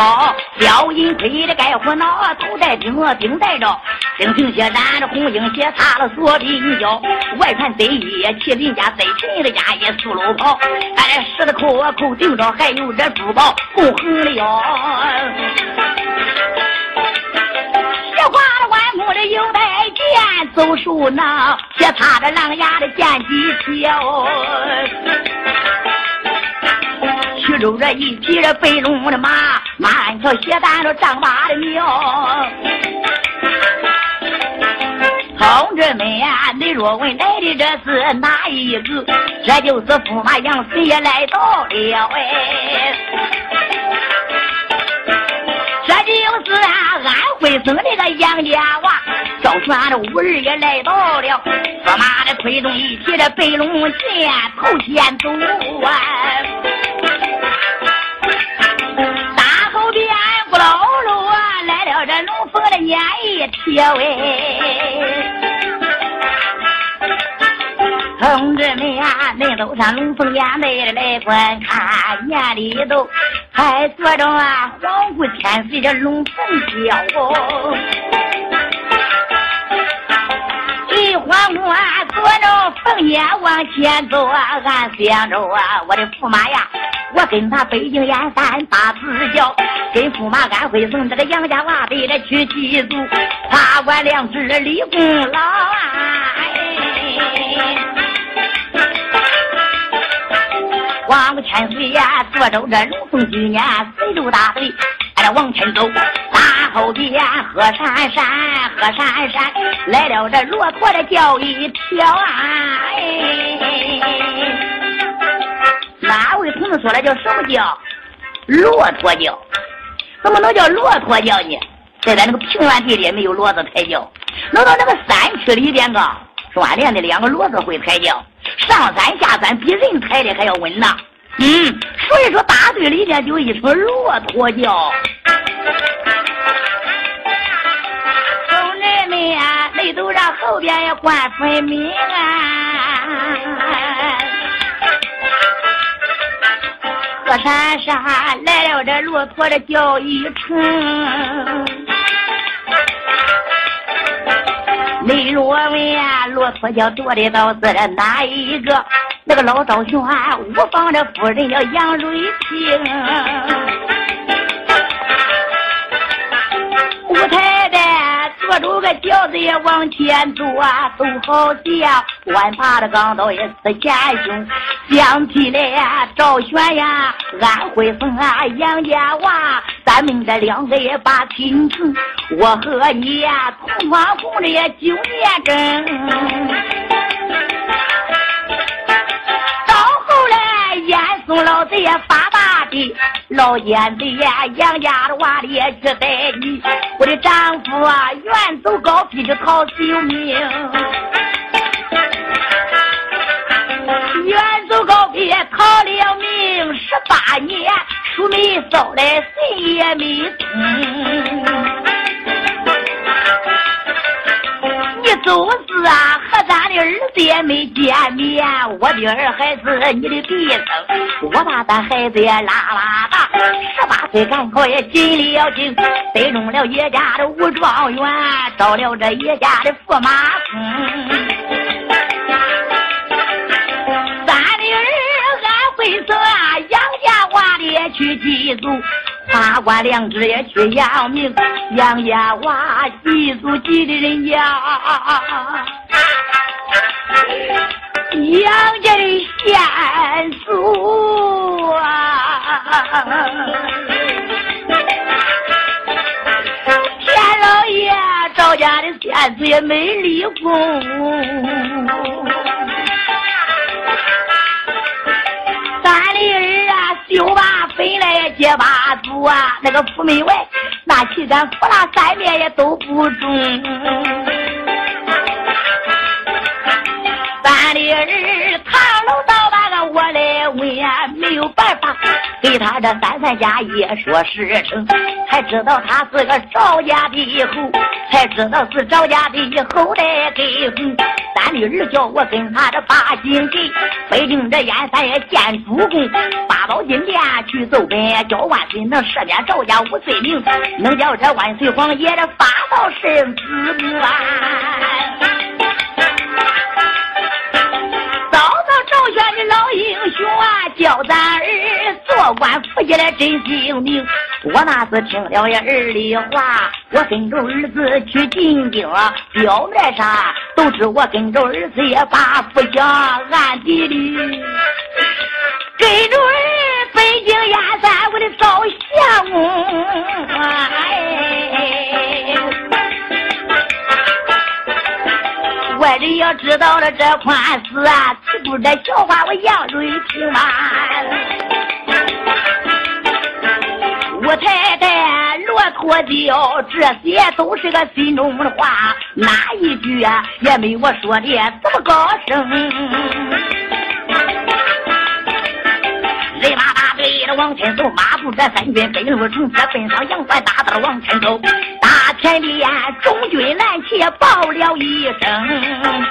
高，标银盔的盖火脑，头戴顶戴着，身形血染的红缨鞋擦了锁鬓角，外穿贼衣麒麟甲贼群的家也素楼袍，哎，狮子扣顶着，还有这珠宝红横的腰。雪花的万木的有带剑，走手呢却擦着狼牙的剑几条，驱走着一匹的飞龙的马，满条血带着丈八的苗。同志们呀，你若问来的这是哪一个？这就是驸马杨四爷来到了哎。这就是安徽省这个杨家娃，赵全的五日也来到了。驸马的推动一提的飞龙剑，头先走啊。大后边不老路啊，来了这龙凤的年一铁位。同志们啊，恁都上龙凤眼内的来观看，眼里头还坐着啊皇姑千岁的龙凤蛟。一皇姑啊坐着凤眼往前走啊，俺想着啊我的驸马呀，我跟他北京燕山打自交，跟驸马安徽省这个杨家娃背着去祭祖，他管良知立功劳啊。王千岁呀，坐着这龙凤居年，随着大队俺这往前走，大后边喝山山，来了这骆驼的叫一条啊！哪位同志说的叫什么叫骆驼叫？怎么能叫骆驼叫呢？在咱那个平原地里没有骡子抬轿，能到那个山区里边个专练的两个骡子会抬轿，上山下山比人抬的还要稳呐。所以说大队里边就一声骆驼叫。同志们呀，你都让后边也管分明啊。河山上来了这骆驼的叫一声，你若问呀，骆驼叫多的倒是哪一个？那个老赵雄啊，五房的夫人叫杨瑞平，五太太坐着个轿子也往前走啊，都好像万把的钢刀也是前胸，想起来呀，赵玄呀，安徽省啊，杨家娃，咱们这两个也把亲情，我和你呀，同窗共着也9年整。严嵩老子也发大的，老奸贼呀，杨家的娃也去带你，我的丈夫啊，远走高飞就讨性命，远走高飞讨了命18年，书没烧来谁也没通。你就是啊，和咱的儿子也没见面，我的儿孩子你的弟生，我把咱孩子也拉大，18岁赶考也进了京，得中了爷家的武状元，到了这爷家的驸马宫。咱的儿安徽省啊，杨家娃的也去祭祖，法官良知也去扬名，杨家娃祭祖祭的人家，杨家的先祖啊，天老爷赵家的先祖也没离婚，咱的儿啊修把分来结把祖啊，那个府门外那旗杆扶拉3面也都不中，咱的儿唐楼到把个我来问啊，没没有办法给他这三三家也说实诚，才知道他是个赵家的后，才知道是赵家的后代给封。三女儿叫我跟他这把金给，北京这燕山也见主公，八宝金殿去奏本，叫万岁能赦免赵家无罪名，能叫这万岁皇爷这发到身子啊！早早赵选的老英雄啊，叫咱儿做官福下来真性命。我那是听了呀儿的话，我跟着儿子去进京啊，表面上都知我跟着儿子也把福享，暗地里跟着儿北京燕山我的找相外人要知道了这款事啊，岂不这笑话我杨瑞听吗？我太太骆驼叫，这些都是个心中的话，哪一句啊也没我说的这么高声。人马大队的往前走，马步这三军北路城铁奔上杨关大道往前走，大前边中军拦骑报了一声，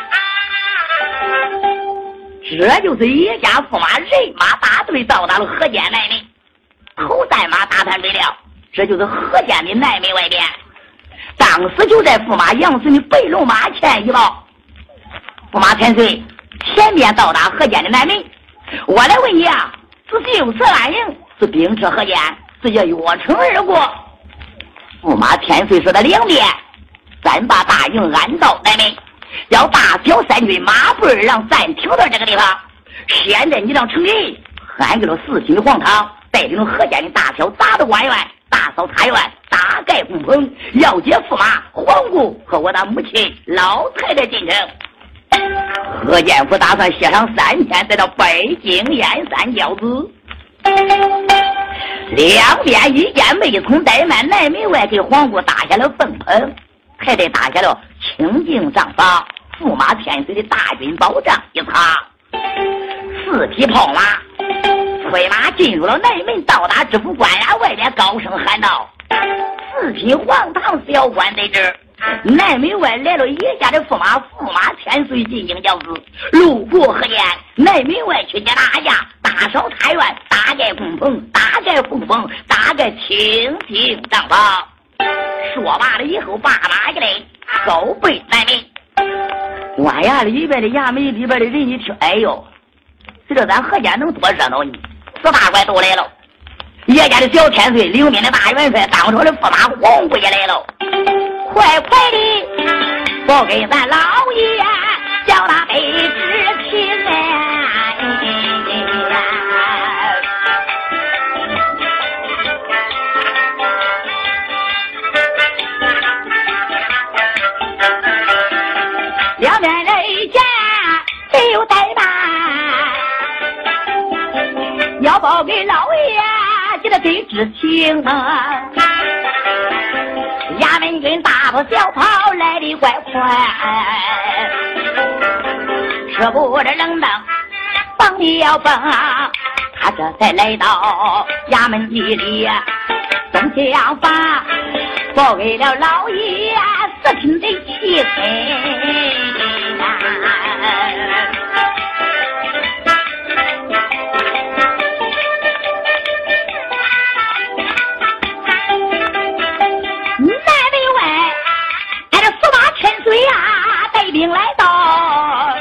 这就是一家驸马人马大队到达了河间南门，头战马大团队了，这就是河间的南门外边。当时就在驸马杨顺的北龙马前一报，驸马千岁前边到达河间的南门。我来问你啊，是就此安营，是兵车河间，是要越城而过？驸马千岁说的两遍，咱把大营安到南门，要大小三军马步让暂停到这个地方。现在你让城里喊给了四品皇堂，带领了河间的大小杂的官员，大扫茶园，大盖工棚，要接驸马皇姑和我的母亲老太太进城。河间府打算歇上3天，再到北京燕山交子。两边一见没从怠慢，南门外给皇姑打下了凤棚，还得打下了清净帐房，驸马千岁的大军保障一场。4匹炮马催马进入了南门，到达知府官衙外边，高声喊道：“4品皇堂小官在这儿。”南门外来了一家的驸马千岁进京交子，路过河间，南门外去接大驾，大扫茶园，大盖工棚，大盖凤棚，大盖清净帐房。说罢了以后，把马一来，走奔南门。关衙里边的衙门里边的人一听，哎呦，这个咱河间能多热闹呢？4大怪都来了，叶家的小千岁，领兵的大元帅，当朝的驸马皇姑也来了。快快的报给咱老爷，叫他得知情啊！两边人家没有怠慢，要报给老爷，叫他得知情啊！衙门军大跑小跑来的怪快，吃不着冷当放的要蹦，他这才来到衙门地里东厢房，报给了老爷4品的气带兵来到，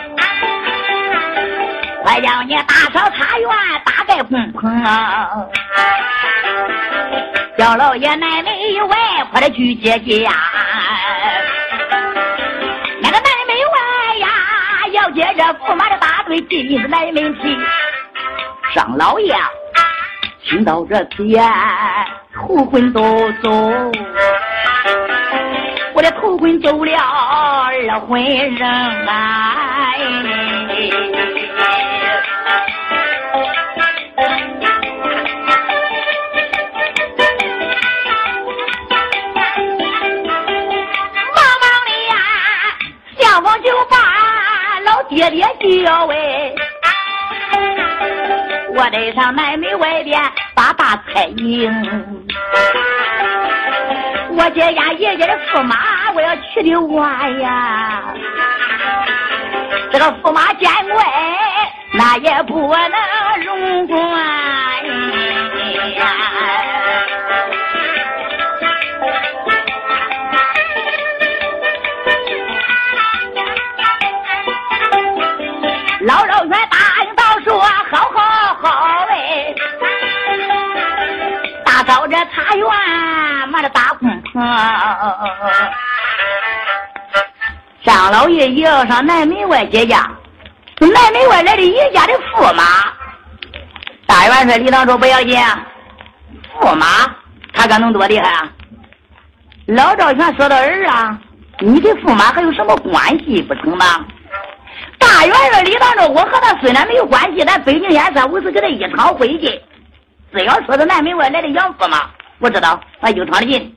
快叫你大扫茶园，大盖工棚，叫老爷南门以外快点去接驾。那个南门外呀，要接着驸马的大队进南门去。上老爷听到这此言，头昏都走。我的头昏走了2魂人啊！忙忙的呀，相公就把老爹爹叫喂， 我得上南门外边把大菜营。我这家爷爷的驸马我要去的晚呀，这个驸马见怪那也不能容关呀。老肉圈答应到说好好好哎，大早这茶园马的大空棚，张老爷也要上南门外接驾，从南门外来的一家的驸马。大元帅李当说不要紧，驸马他可能多厉害啊。老赵全说到儿啊，你的驸马还有什么关系不成吗？大元帅李当说我和他虽然没有关系，但北京燕山我是给他一场会进。只要说是南门外来的杨驸马，我知道他有场的进。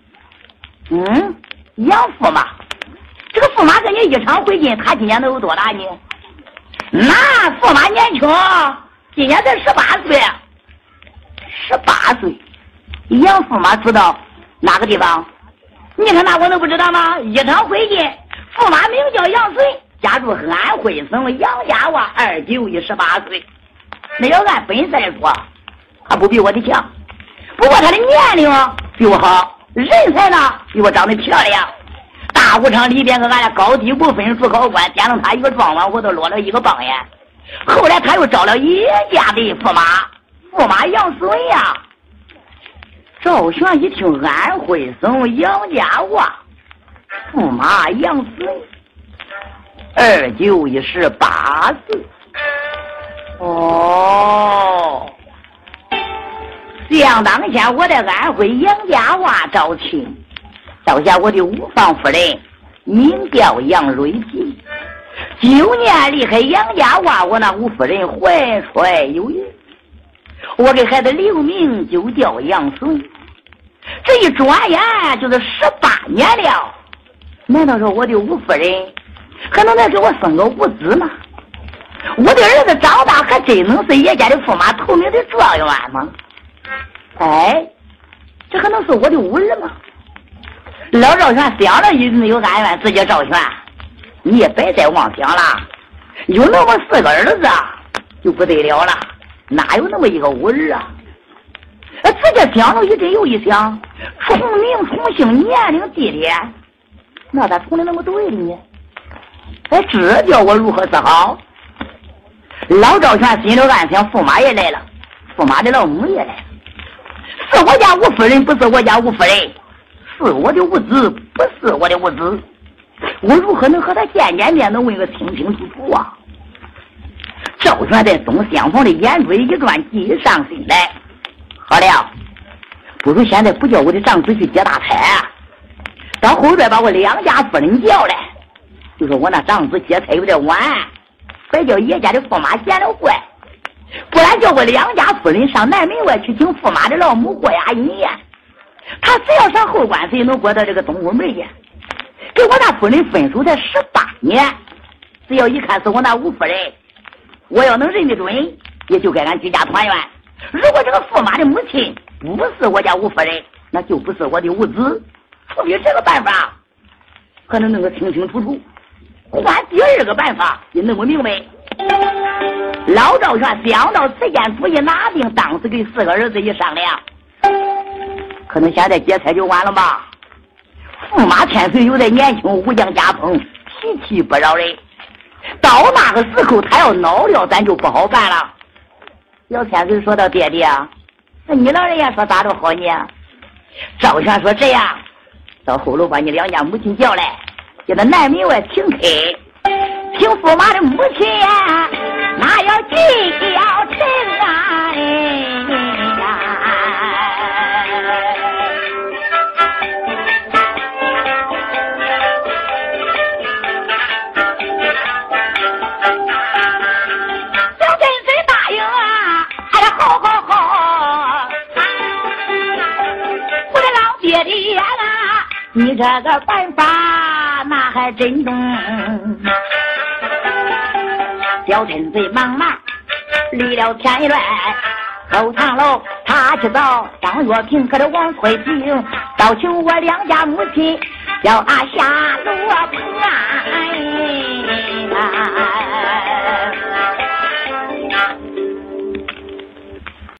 杨驸马，这个驸马跟你一场会进，他今年能有多大呢？那驸马年轻，今年才18岁。18岁，杨驸马知道哪个地方？你看那我能不知道吗？一场会进，驸马名叫杨随，家住安徽省杨家洼，29一18岁。那要按本事来说，他不比我的强，不过他的年龄比我好，人才呢比我长得漂亮。大武场里边和俺俩高低不分主考官点了他一个状元，我都落了一个榜眼。后来他又招了一家的驸马，驸马杨随呀。赵玄一听安徽省杨家洼，驸马杨随，29一18岁。哦，想当前我在安徽杨家洼招亲，到下我的五房夫人名叫杨瑞吉，9年离开杨家洼，我那五夫人怀揣有孕，我给孩子留名就叫杨随。这一转眼就是18年了，难道说我的五夫人还能再给我生个五子吗？我的儿子长大还真能是爷家的驸马头名的状元吗？哎，这可能是我的五儿吗？老赵全想了一阵，有安院直接赵全，你也别再妄想了，有那么4个儿子就不得了了，哪有那么一个五儿啊？直接想了一阵又一想，重名重姓年龄地点，那咋同的那么对的呢？哎，这叫我如何是好？老赵全心里暗想，驸马也来了，驸马的老母也来了，是我家五夫人不是我家五夫人，是我的五子不是我的五子，我如何能和他见面能问个清清楚楚啊？赵全在东厢房的眼珠一转，计上心来，好了，不如现在不叫我的长子去接大差啊，到后边把我两家夫人叫来，就说我那长子接差有点晚，别叫爷家的驸马见了怪，不然叫我两家夫人上南门外去请驸马的老母过衙饮宴，他只要上后关，谁能过到这个东宫门去？给我那夫人分手才18年，只要一看是我那五夫人，我要能认得准，也就该俺居家团圆。如果这个驸马的母亲不是我家五夫人，那就不是我的五子。出于这个办法，可能够清清楚楚，换第二个办法也弄不明白。老赵全想到此间主意拿定，当时给4个儿子一商量，可能现在劫财就完了吧。驸马千岁有在年轻，武将家风，脾气不饶人，到那个时候他要恼了，咱就不好办了。老千岁说到爹爹啊，那你老人家说咋着好呢？赵全说这样，到后楼把你两家母亲叫来，叫他南门外停开，请驸马的母亲呀，那要进要成啊！小跟随答应啊，哎呀，好好好，我的老爹爹呀，你这个办法那还真懂。小陈贼忙忙离了天一乱。后堂楼他去找张月平和这王翠萍，要求我两家母亲要下落坡。